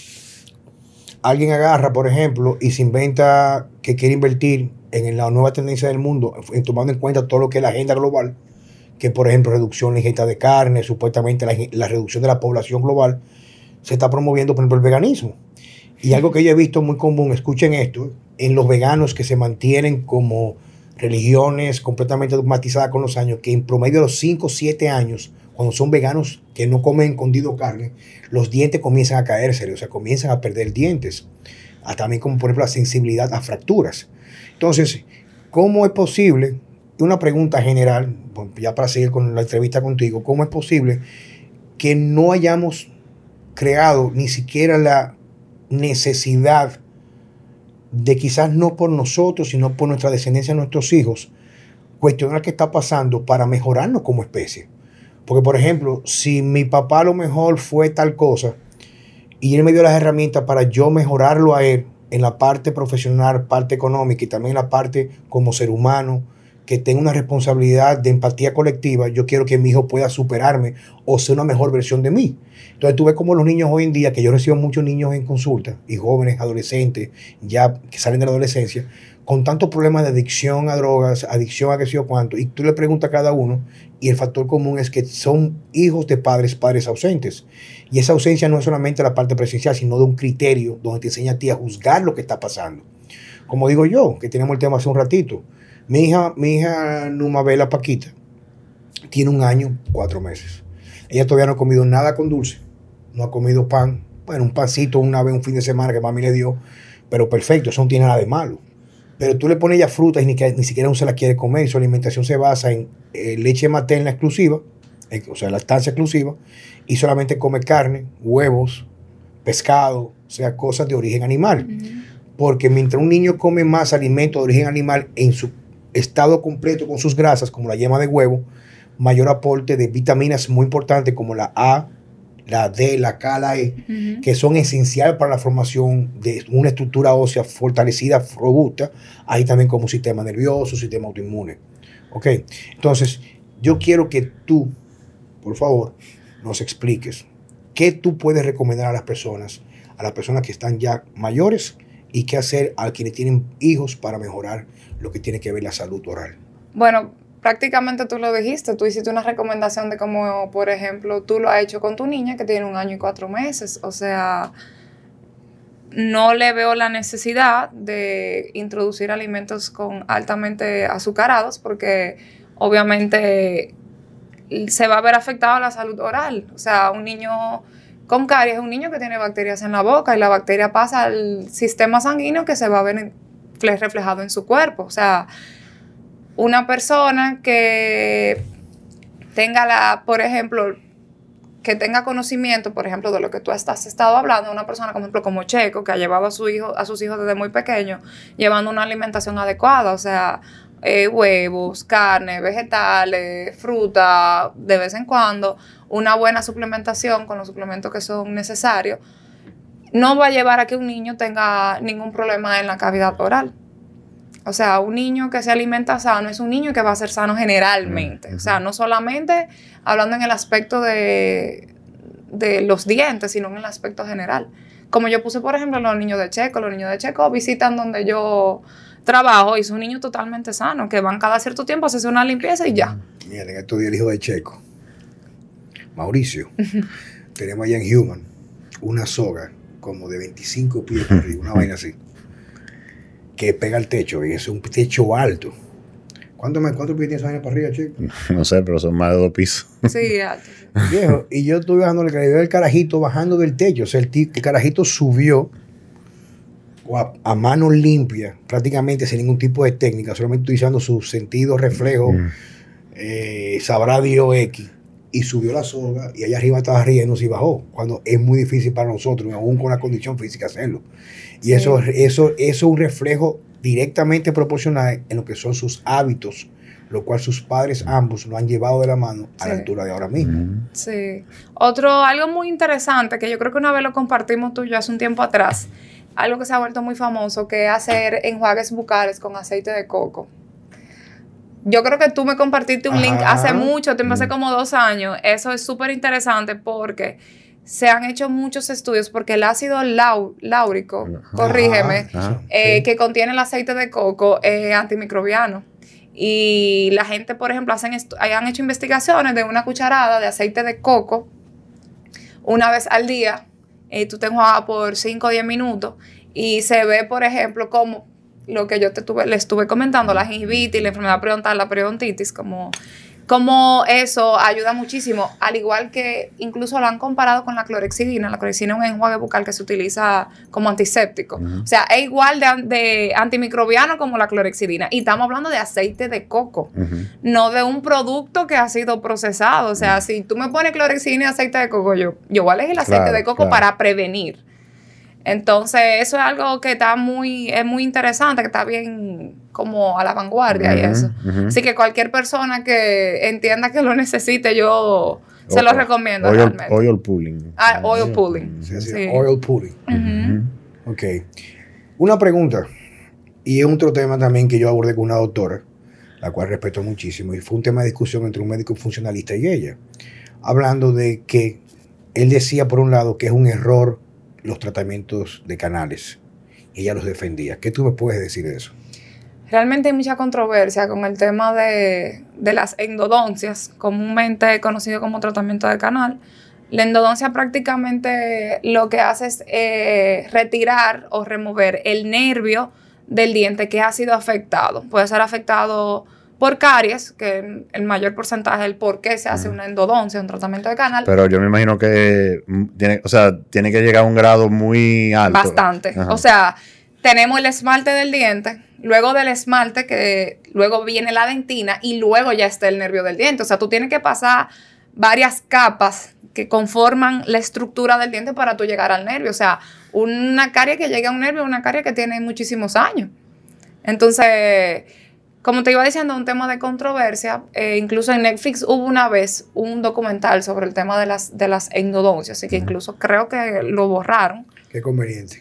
Alguien agarra, por ejemplo, y se inventa que quiere invertir en la nueva tendencia del mundo, en, tomando en cuenta todo lo que es la agenda global, que, por ejemplo, reducción de la ingesta de carne, supuestamente la, la reducción de la población global, se está promoviendo, por ejemplo, el veganismo. Y algo que yo he visto muy común, escuchen esto, en los veganos que se mantienen como religiones completamente dogmatizadas con los años, que en promedio de los cinco o siete años, cuando son veganos que no comen escondido carne, los dientes comienzan a caerse, o sea, comienzan a perder dientes. Hasta también como, por ejemplo, la sensibilidad a fracturas. Entonces, ¿cómo es posible? Una pregunta general, ya para seguir con la entrevista contigo, ¿cómo es posible que no hayamos creado ni siquiera la necesidad de, quizás no por nosotros, sino por nuestra descendencia, nuestros hijos, cuestionar qué está pasando para mejorarnos como especie? Porque, por ejemplo, si mi papá a lo mejor fue tal cosa y él me dio las herramientas para yo mejorarlo a él en la parte profesional, parte económica y también en la parte como ser humano, que tenga una responsabilidad de empatía colectiva, yo quiero que mi hijo pueda superarme o ser una mejor versión de mí. Entonces tú ves como los niños hoy en día, que yo recibo muchos niños en consulta, y jóvenes, adolescentes, ya que salen de la adolescencia, con tantos problemas de adicción a drogas, adicción a qué sé yo cuánto, y tú le preguntas a cada uno, y el factor común es que son hijos de padres, padres ausentes. Y esa ausencia no es solamente la parte presencial, sino de un criterio donde te enseña a ti a juzgar lo que está pasando. Como digo yo, que tenemos el tema hace un ratito, mi hija, mi hija Numabela Paquita tiene un año, cuatro meses. Ella todavía no ha comido nada con dulce, no ha comido pan, bueno, un pancito una vez un fin de semana que mami le dio, pero perfecto, eso no tiene nada de malo. Pero tú le pones ya frutas y ni, que, ni siquiera aún se la quiere comer, y su alimentación se basa en eh, leche materna exclusiva, eh, o sea, lactancia exclusiva, y solamente come carne, huevos, pescado, o sea, cosas de origen animal. Uh-huh. Porque mientras un niño come más alimentos de origen animal en su estado completo con sus grasas, como la yema de huevo, mayor aporte de vitaminas muy importantes como la A, la D, la K, la E, uh-huh. que son esenciales para la formación de una estructura ósea fortalecida, robusta, ahí también como un sistema nervioso, sistema autoinmune. ¿Ok? Entonces, yo quiero que tú, por favor, nos expliques qué tú puedes recomendar a las personas, a las personas que están ya mayores y qué hacer a quienes tienen hijos para mejorar lo que tiene que ver la salud oral? Bueno, prácticamente tú lo dijiste, tú hiciste una recomendación de cómo, por ejemplo, tú lo has hecho con tu niña que tiene un año y cuatro meses. O sea, no le veo la necesidad de introducir alimentos con altamente azucarados porque obviamente se va a ver afectada la salud oral. O sea, un niño con caries es un niño que tiene bacterias en la boca y la bacteria pasa al sistema sanguíneo que se va a ver reflejado en su cuerpo. O sea, una persona que tenga la, por ejemplo, que tenga conocimiento, por ejemplo, de lo que tú has estado hablando, una persona, por ejemplo, como Checo, que ha llevado a su hijo, a sus hijos desde muy pequeños, llevando una alimentación adecuada, o sea, eh, huevos, carne, vegetales, fruta, de vez en cuando, una buena suplementación con los suplementos que son necesarios, no va a llevar a que un niño tenga ningún problema en la cavidad oral. O sea, un niño que se alimenta sano es un niño que va a ser sano generalmente. Uh-huh. O sea, no solamente hablando en el aspecto de, de los dientes, sino en el aspecto general. Como yo puse, por ejemplo, los niños de Checo. Los niños de Checo visitan donde yo trabajo y son niños totalmente sanos, que van cada cierto tiempo a hacerse una limpieza y ya. Miren, estos días el hijo de Checo, Mauricio, tenemos allá en Human una soga como de veinticinco pies por arriba, una vaina así, que pega al techo, y es un techo alto. ¿Cuántos cuánto pies tiene esa vaina para arriba, Checo? No sé, pero son más de dos pisos. Sí, alto. Viejo, y yo estuve bajando el carajito, el carajito bajando del techo. O sea, el, el carajito subió a, a mano limpia, prácticamente sin ningún tipo de técnica, solamente utilizando sus sentidos reflejos, mm. eh, sabrá Dios X, y subió la soga, y allá arriba estaba riendo y bajó, cuando es muy difícil para nosotros, aún con la condición física, hacerlo. Y sí. eso, eso, eso es un reflejo directamente proporcional en lo que son sus hábitos, lo cual sus padres ambos lo han llevado de la mano a sí. la altura de ahora mismo. Sí. Otro, algo muy interesante, que yo creo que una vez lo compartimos tú y yo hace un tiempo atrás, algo que se ha vuelto muy famoso, que es hacer enjuagues bucales con aceite de coco. Yo creo que tú me compartiste un Ajá. link hace mucho tiempo, hace como dos años. Eso es súper interesante porque se han hecho muchos estudios, porque el ácido lau, láurico, Ajá. corrígeme, Ajá. Eh, sí. que contiene el aceite de coco es antimicrobiano. Y la gente, por ejemplo, hacen han hecho investigaciones de una cucharada de aceite de coco una vez al día. Eh, tú te enjuagas por cinco o diez minutos y se ve, por ejemplo, como lo que yo te tuve, le estuve comentando, la gingivitis, la enfermedad periodontal, la periodontitis, como, como eso ayuda muchísimo, al igual que incluso lo han comparado con la clorexidina. La clorexidina es un enjuague bucal que se utiliza como antiséptico. Uh-huh. O sea, es igual de, de antimicrobiano como la clorexidina. Y estamos hablando de aceite de coco, uh-huh. no de un producto que ha sido procesado. O sea, uh-huh. si tú me pones clorexidina y aceite de coco, yo, yo voy a elegir el aceite claro, de coco claro. para prevenir. Entonces, eso es algo que está muy, es muy interesante, que está bien como a la vanguardia uh-huh, y eso. Uh-huh. Así que cualquier persona que entienda que lo necesite, yo oh, se lo recomiendo. Oil, oil pulling. Ah, oil pulling. Sí, sí, sí. Oil pulling. Uh-huh. Ok. Una pregunta, y es otro tema también que yo abordé con una doctora, la cual respeto muchísimo, y fue un tema de discusión entre un médico funcionalista y ella, hablando de que él decía, por un lado, que es un error los tratamientos de canales. Ella los defendía. ¿Qué tú me puedes decir de eso? Realmente hay mucha controversia con el tema de, de las endodoncias, comúnmente conocido como tratamiento de canal. La endodoncia prácticamente lo que hace es eh, retirar o remover el nervio del diente que ha sido afectado. Puede ser afectado por caries, que el mayor porcentaje del por qué se hace una endodoncia, un tratamiento de canal. Pero yo me imagino que tiene, o sea, tiene que llegar a un grado muy alto. Bastante. Ajá. O sea, tenemos el esmalte del diente, luego del esmalte, que luego viene la dentina y luego ya está el nervio del diente. O sea, tú tienes que pasar varias capas que conforman la estructura del diente para tú llegar al nervio. O sea, una carie que llegue a un nervio es una carie que tiene muchísimos años. Entonces, como te iba diciendo, un tema de controversia. Eh, incluso en Netflix hubo una vez un documental sobre el tema de las, de las endodoncias, así que incluso creo que lo borraron. Qué conveniente.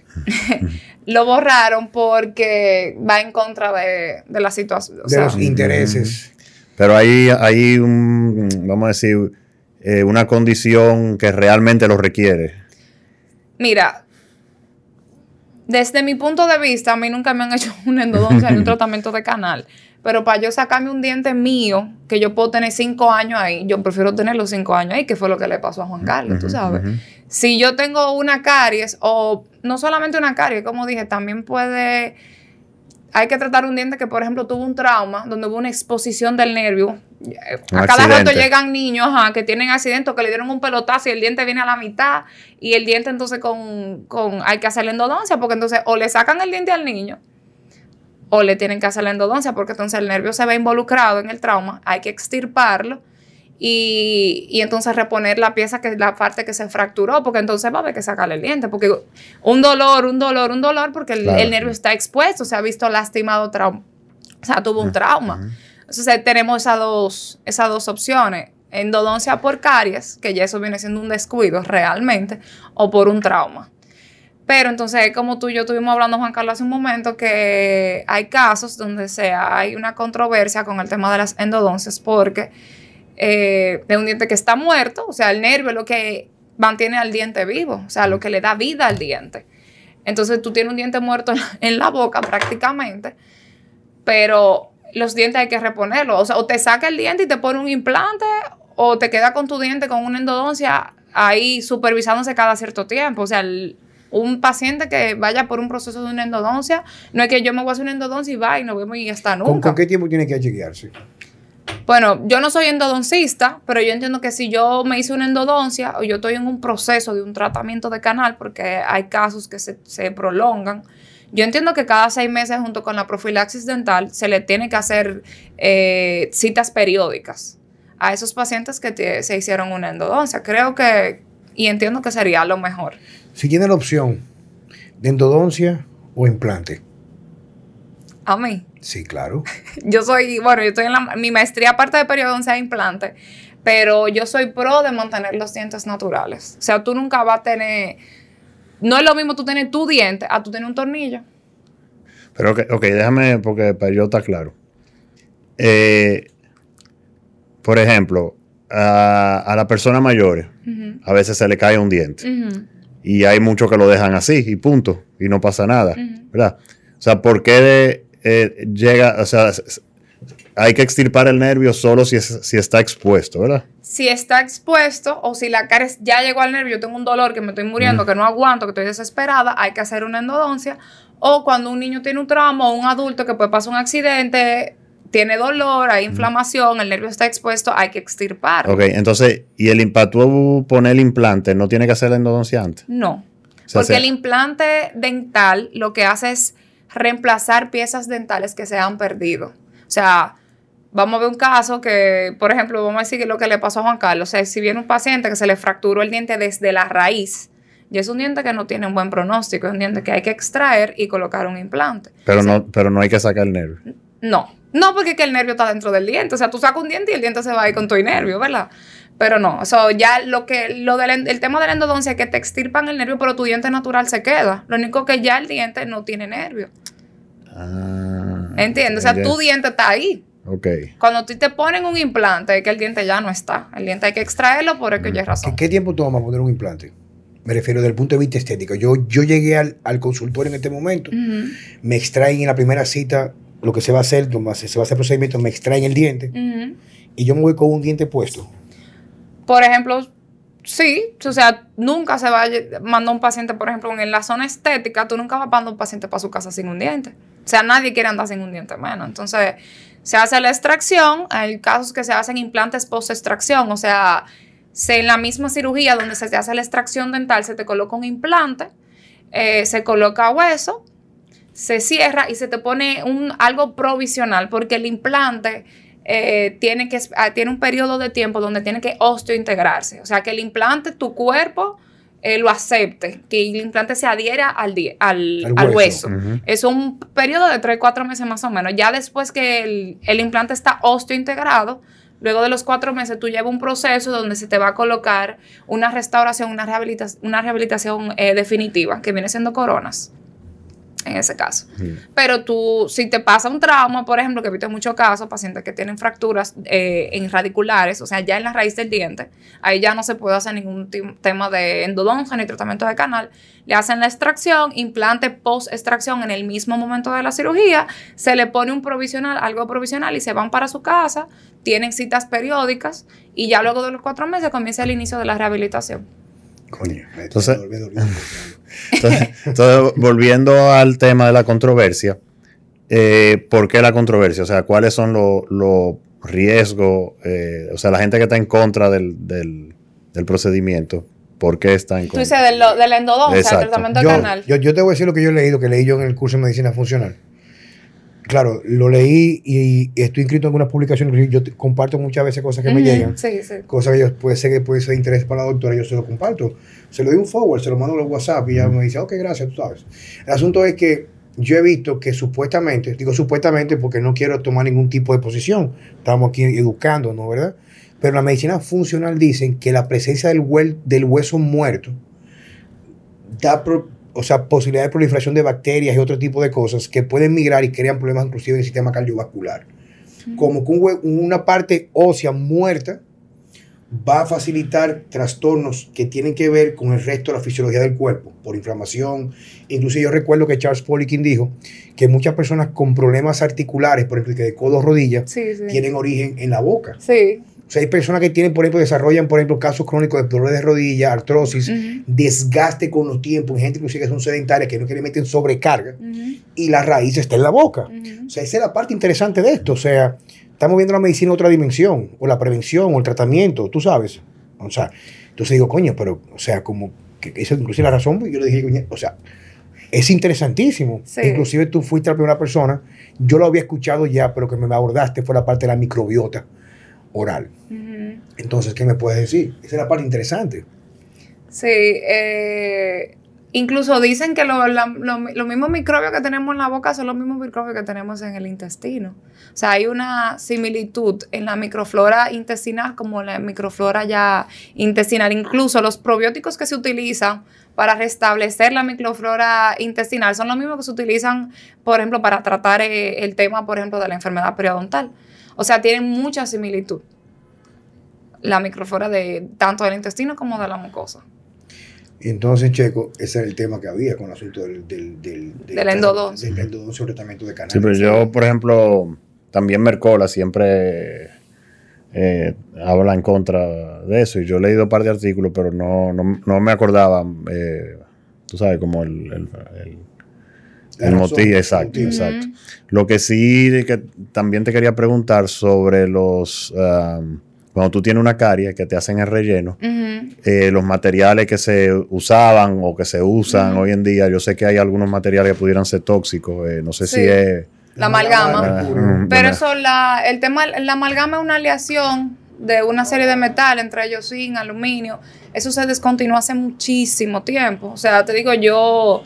Lo borraron porque va en contra de, de la situación. De sea, los intereses. Pero hay, hay un, vamos a decir, eh, una condición que realmente lo requiere. Mira, Desde mi punto de vista, a mí nunca me han hecho una endodoncia ni un tratamiento de canal. Pero para yo sacarme un diente mío, que yo puedo tener cinco años ahí, yo prefiero tener los cinco años ahí, que fue lo que le pasó a Juan Carlos, uh-huh, tú sabes. Uh-huh. Si yo tengo una caries, o no solamente una caries, como dije, también puede... Hay que tratar un diente que, por ejemplo, tuvo un trauma, donde hubo una exposición del nervio. Un a cada accidente. Rato llegan niños ajá, que tienen accidentes, que le dieron un pelotazo y el diente viene a la mitad. Y el diente, entonces, con, con hay que hacerle endodoncia, porque entonces o le sacan el diente al niño, o le tienen que hacer la endodoncia, porque entonces el nervio se ve involucrado en el trauma. Hay que extirparlo y, y entonces reponer la pieza, que es la parte que se fracturó, porque entonces va a haber que sacarle el diente, porque un dolor, un dolor, un dolor, porque el, claro, el nervio está expuesto, se ha visto lastimado, trauma, o sea, tuvo un trauma. Uh-huh. Entonces tenemos esas dos, esas dos opciones, endodoncia por caries, que ya eso viene siendo un descuido realmente, o por un trauma. Pero entonces, como tú y yo estuvimos hablando, Juan Carlos, hace un momento, que hay casos donde sea, hay una controversia con el tema de las endodoncias, porque eh, de un diente que está muerto, o sea, el nervio es lo que mantiene al diente vivo, o sea, lo que le da vida al diente. Entonces, tú tienes un diente muerto en la boca prácticamente, pero los dientes hay que reponerlos. O sea, o te saca el diente y te pone un implante, o te queda con tu diente con una endodoncia ahí supervisándose cada cierto tiempo. O sea, el, un paciente que vaya por un proceso de una endodoncia, no es que yo me voy a hacer una endodoncia y va y nos vemos y hasta nunca. ¿Con, ¿con qué tiempo tiene que chequearse? Bueno, yo no soy endodoncista, pero yo entiendo que si yo me hice una endodoncia o yo estoy en un proceso de un tratamiento de canal, porque hay casos que se, se prolongan, yo entiendo que cada seis meses, junto con la profilaxis dental, se le tiene que hacer eh, citas periódicas a esos pacientes que te, se hicieron una endodoncia. Creo que, y entiendo que sería lo mejor. Si tiene la opción de endodoncia o implante. ¿A mí? Sí, claro. Yo soy, bueno, yo estoy en la, mi maestría, aparte de periodoncia e implante, pero yo soy pro de mantener los dientes naturales. O sea, tú nunca vas a tener, no es lo mismo tú tener tu diente a tú tener un tornillo. Pero, ok, okay, déjame, porque para yo estar claro. Eh, por ejemplo, a, a las personas mayores, uh-huh, a veces se le cae un diente. Uh-huh. Y hay muchos que lo dejan así y punto. Y no pasa nada, uh-huh, ¿verdad? O sea, ¿por qué de, eh, llega, o sea, hay que extirpar el nervio solo si, es, si está expuesto, ¿verdad? Si está expuesto o si la caries ya llegó al nervio, yo tengo un dolor que me estoy muriendo, uh-huh, que no aguanto, que estoy desesperada, hay que hacer una endodoncia. O cuando un niño tiene un trauma o un adulto que puede pasar un accidente, tiene dolor, hay inflamación, uh-huh, el nervio está expuesto, hay que extirpar. Ok, entonces, ¿y el para tú poner el implante no tiene que hacer la endodoncia antes? No, o sea, porque sea, el implante dental lo que hace es reemplazar piezas dentales que se han perdido. O sea, vamos a ver un caso que, por ejemplo, vamos a decir lo que le pasó a Juan Carlos. O sea, si viene un paciente que se le fracturó el diente desde la raíz, y es un diente que no tiene un buen pronóstico, es un diente que hay que extraer y colocar un implante. Pero, o sea, no, pero no hay que sacar el nervio. No, no, porque es que el nervio está dentro del diente. O sea, tú sacas un diente y el diente se va a ir con tu nervio, ¿verdad? Pero no, o sea, ya lo que, lo del el tema de la endodoncia es que te extirpan el nervio, pero tu diente natural se queda. Lo único que ya el diente no tiene nervio. Ah, ¿entiendes? O sea, tu diente está ahí. Ok. Cuando tú te ponen un implante, es que el diente ya no está. El diente hay que extraerlo por aquella razón. ¿Qué, ¿Qué tiempo toma poner un implante? Me refiero desde el punto de vista estético. Yo, yo llegué al, al consultorio en este momento, uh-huh, me extraen en la primera cita lo que se va a hacer, se va a hacer el procedimiento, me extraen el diente, uh-huh, y yo me voy con un diente puesto. Por ejemplo, sí, o sea, nunca se va a mandar un paciente, por ejemplo, en la zona estética, tú nunca vas a mandar un paciente para su casa sin un diente. O sea, nadie quiere andar sin un diente menos. Entonces, se hace la extracción, hay casos que se hacen implantes post-extracción, o sea, se, en la misma cirugía donde se te hace la extracción dental, se te coloca un implante, eh, se coloca hueso, se cierra y se te pone un, algo provisional, porque el implante eh, tiene, que, tiene un periodo de tiempo donde tiene que osteointegrarse. O sea, que el implante, tu cuerpo eh, lo acepte, que el implante se adhiera al, al, al, al hueso. hueso. Uh-huh. Es un periodo de tres, cuatro meses más o menos. Ya después que el, el implante está osteointegrado, luego de los cuatro meses tú llevas un proceso donde se te va a colocar una restauración, una rehabilitación, una rehabilitación eh, definitiva, que viene siendo coronas. en ese caso. Mm. Pero tú, si te pasa un trauma, por ejemplo, que he visto en muchos casos, pacientes que tienen fracturas eh, en radiculares, o sea, ya en la raíz del diente, ahí ya no se puede hacer ningún t- tema de endodoncia ni tratamiento de canal. Le hacen la extracción, implante post-extracción en el mismo momento de la cirugía, se le pone un provisional, algo provisional y se van para su casa, tienen citas periódicas y ya luego de los cuatro meses comienza el inicio de la rehabilitación. Coño, entonces, entonces, entonces, volviendo al tema de la controversia, eh, ¿por qué la controversia? O sea, ¿cuáles son los lo riesgos? Eh, o sea, la gente que está en contra del, del, del procedimiento, ¿por qué está en contra? Tú dices del, del endodoncia, del tratamiento yo, de canal. Yo, yo te voy a decir lo que yo he leído, que leí yo en el curso de medicina funcional. Claro, lo leí y, y estoy inscrito en algunas publicaciones. Yo te, comparto muchas veces cosas que uh-huh, me llegan. Sí, sí. Cosas que yo, puede ser que puede ser de interés para la doctora, yo se lo comparto. Se lo doy un forward, se lo mando en WhatsApp y ella me dice, ok, gracias, tú sabes. El asunto es que yo he visto que supuestamente, digo supuestamente porque no quiero tomar ningún tipo de posición, estamos aquí educando, ¿no? ¿Verdad? Pero en la medicina funcional dicen que la presencia del, huel, del hueso muerto da pro, o sea, posibilidad de proliferación de bacterias y otro tipo de cosas que pueden migrar y crean problemas inclusive en el sistema cardiovascular. Uh-huh. Como que un, una parte ósea muerta va a facilitar trastornos que tienen que ver con el resto de la fisiología del cuerpo, por inflamación. Incluso yo recuerdo que Charles Poliquin dijo que muchas personas con problemas articulares, por ejemplo, que de codo rodilla, sí, sí. tienen origen en la boca. Sí. O sea, hay personas que tienen, por ejemplo, desarrollan, por ejemplo, casos crónicos de dolores de rodilla, artrosis, uh-huh. desgaste con los tiempos, gente inclusive que son sedentarias, que no quieren meter sobrecarga, uh-huh. y la raíz está en la boca. Uh-huh. O sea, esa es la parte interesante de esto. O sea, estamos viendo la medicina en otra dimensión, o la prevención, o el tratamiento, tú sabes. O sea, entonces digo, coño, pero, o sea, como que esa es inclusive la razón, yo le dije, coño, o sea, es interesantísimo. Sí. Inclusive tú fuiste la primera persona, yo lo había escuchado ya, pero que me abordaste fue la parte de la microbiota oral. Uh-huh. Entonces, ¿qué me puedes decir? Esa es la parte interesante. Sí, eh, incluso dicen que los lo, lo, lo mismos microbios que tenemos en la boca son los mismos microbios que tenemos en el intestino. O sea, hay una similitud en la microflora intestinal como la microflora ya intestinal. Incluso los probióticos que se utilizan para restablecer la microflora intestinal son los mismos que se utilizan, por ejemplo, para tratar eh, el tema, por ejemplo, de la enfermedad periodontal. O sea, tienen mucha similitud la microflora de tanto del intestino como de la mucosa. Y entonces, Checo, ese era el tema que había con el asunto del, del, del, del, del endodoncia. Del endodoncia o tratamiento de canal. Sí, pero yo, por ejemplo, también Mercola siempre eh, habla en contra de eso. Y yo he leído un par de artículos, pero no, no, no me acordaba, eh, tú sabes, como el... el, el El motivo, exacto, uh-huh. exacto. Lo que sí que también te quería preguntar sobre los um, cuando tú tienes una carie que te hacen el relleno, uh-huh. eh, los materiales que se usaban o que se usan uh-huh. hoy en día, yo sé que hay algunos materiales que pudieran ser tóxicos, eh, no sé sí. si es la amalgama, uh-huh. pero eso la el tema la amalgama es una aleación de una serie de metales, entre ellos zinc, aluminio. Eso se descontinuó hace muchísimo tiempo. O sea, te digo yo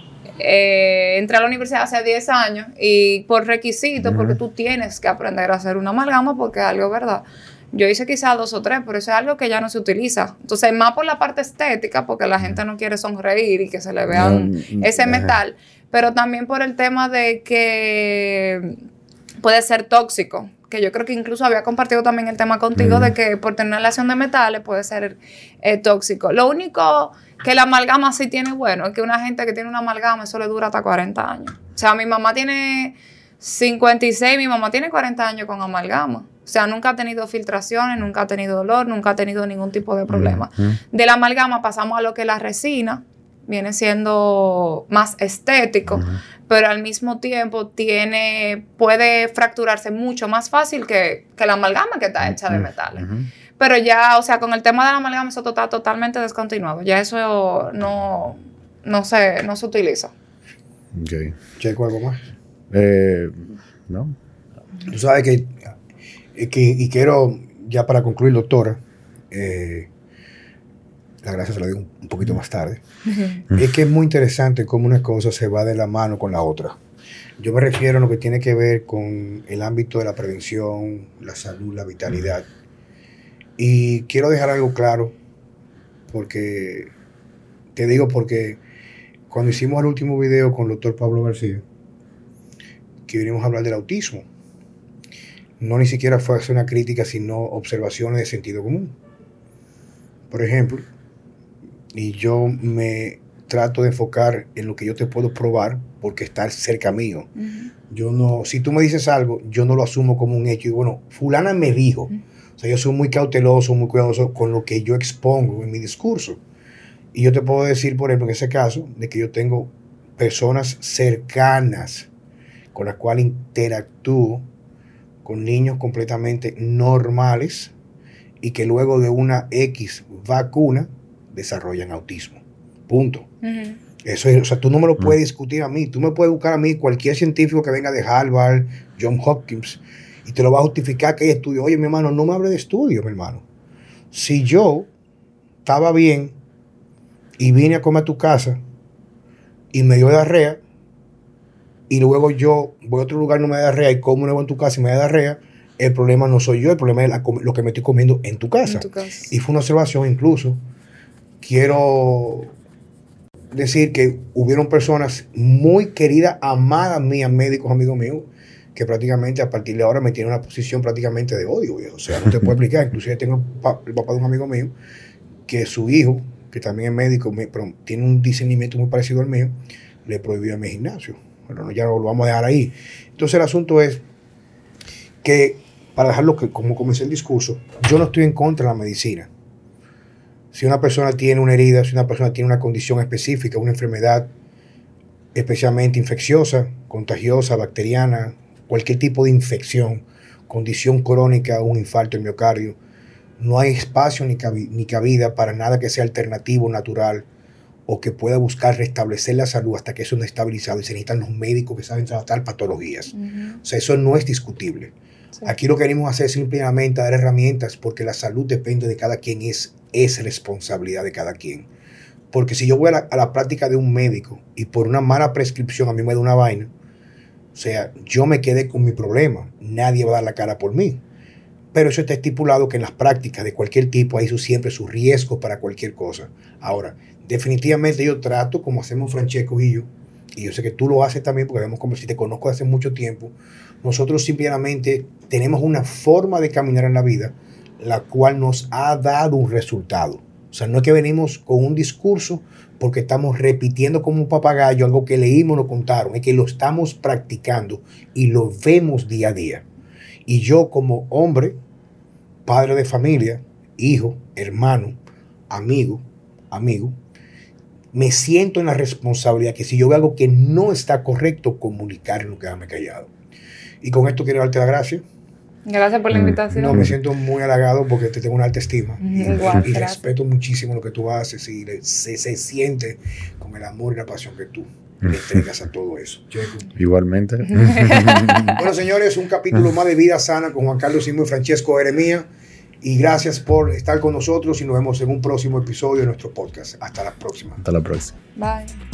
Eh, entré a la universidad hace diez años y por requisito, uh-huh. porque tú tienes que aprender a hacer una amalgama porque es algo, ¿verdad? Yo hice quizás dos o tres, pero eso es algo que ya no se utiliza. Entonces, más por la parte estética, porque la gente no quiere sonreír y que se le vean uh-huh. ese metal, pero también por el tema de que puede ser tóxico, que yo creo que incluso había compartido también el tema contigo uh-huh. de que por tener una aleación de metales puede ser eh, tóxico. Lo único que la amalgama sí tiene bueno es que una gente que tiene una amalgama, eso le dura hasta cuarenta años. O sea, mi mamá tiene cincuenta y seis, mi mamá tiene cuarenta años con amalgama. O sea, nunca ha tenido filtraciones, nunca ha tenido dolor, nunca ha tenido ningún tipo de problema. Uh-huh. De la amalgama pasamos a lo que la resina viene siendo más estético, uh-huh. pero al mismo tiempo tiene, puede fracturarse mucho más fácil que, que la amalgama que está hecha de metales. Uh-huh. Pero ya, o sea, con el tema de la amalgama eso está totalmente descontinuado. Ya eso no, no, se, no se utiliza. Ok. ¿Checo algo más? Eh, no. Tú sabes que, que, y quiero, ya para concluir, doctora, eh, la gracia se la digo un poquito más tarde, uh-huh. es que es muy interesante cómo una cosa se va de la mano con la otra. Yo me refiero a lo que tiene que ver con el ámbito de la prevención, la salud, la vitalidad. Uh-huh. Y quiero dejar algo claro, porque te digo porque cuando hicimos el último video con el doctor Pablo García, que vinimos a hablar del autismo, no ni siquiera fue hacer una crítica, sino observaciones de sentido común. Por ejemplo, y yo me trato de enfocar en lo que yo te puedo probar, porque está cerca mío. Uh-huh. Yo no, si tú me dices algo, yo no lo asumo como un hecho. Y bueno, fulana me dijo. Uh-huh. O sea, yo soy muy cauteloso, muy cuidadoso con lo que yo expongo en mi discurso. Y yo te puedo decir, por ejemplo, en ese caso, de que yo tengo personas cercanas con las cuales interactúo con niños completamente normales y que luego de una X vacuna desarrollan autismo. Punto. Uh-huh. Eso es, o sea, tú no me lo puedes discutir a mí. Tú me puedes buscar a mí, cualquier científico que venga de Harvard, John Hopkins, y te lo va a justificar que hay estudios. Oye, mi hermano, no me hable de estudios, mi hermano. Si yo estaba bien y vine a comer a tu casa y me dio diarrea, y luego yo voy a otro lugar y no me da diarrea y como nuevo en tu casa y me da diarrea, el problema no soy yo, el problema es la, lo que me estoy comiendo en tu casa. En tu casa. Y fue una observación incluso. Quiero decir que hubieron personas muy queridas, amadas mías, médicos, amigos míos, que prácticamente a partir de ahora me tienen una posición prácticamente de odio, viejo. O sea, no te puedo explicar. Inclusive tengo el, pa- el papá de un amigo mío, que su hijo, que también es médico, me, pero tiene un discernimiento muy parecido al mío, le prohibió a mi gimnasio. Bueno, ya lo vamos a dejar ahí. Entonces el asunto es que, para dejarlo que, como comencé el discurso, yo no estoy en contra de la medicina. Si una persona tiene una herida, si una persona tiene una condición específica, una enfermedad especialmente infecciosa, contagiosa, bacteriana, cualquier tipo de infección, condición crónica, un infarto del miocardio, no hay espacio ni, cabi- ni cabida para nada que sea alternativo, natural, o que pueda buscar restablecer la salud hasta que eso no esté estabilizado, y se necesitan los médicos que saben tratar patologías. Uh-huh. O sea, eso no es discutible. Sí. Aquí lo que venimos a hacer es simplemente dar herramientas, porque la salud depende de cada quien, es, es responsabilidad de cada quien. Porque si yo voy a la, a la práctica de un médico y por una mala prescripción a mí me da una vaina, o sea, yo me quedé con mi problema, nadie va a dar la cara por mí. Pero eso está estipulado que en las prácticas de cualquier tipo hay su, siempre sus riesgos para cualquier cosa. Ahora, definitivamente yo trato, como hacemos Francesco y yo, y yo sé que tú lo haces también porque vemos como si te conozco hace mucho tiempo, nosotros simplemente tenemos una forma de caminar en la vida la cual nos ha dado un resultado. O sea, no es que venimos con un discurso porque estamos repitiendo como un papagayo algo que leímos o nos contaron, es que lo estamos practicando y lo vemos día a día. Y yo como hombre, padre de familia, hijo, hermano, amigo, amigo, me siento en la responsabilidad que si yo veo algo que no está correcto, comunicar, no quedarme callado. Y con esto quiero darte las gracias. Gracias por la invitación. No, me siento muy halagado porque te tengo una alta estima. Mm, igual, y, y respeto muchísimo lo que tú haces y se, se siente con el amor y la pasión que tú le entregas a todo eso. Igualmente. Bueno, señores, un capítulo más de Vida Sana con Juan Carlos Simón y Francesco Jeremías. Y gracias por estar con nosotros y nos vemos en un próximo episodio de nuestro podcast. Hasta la próxima. Hasta la próxima. Bye.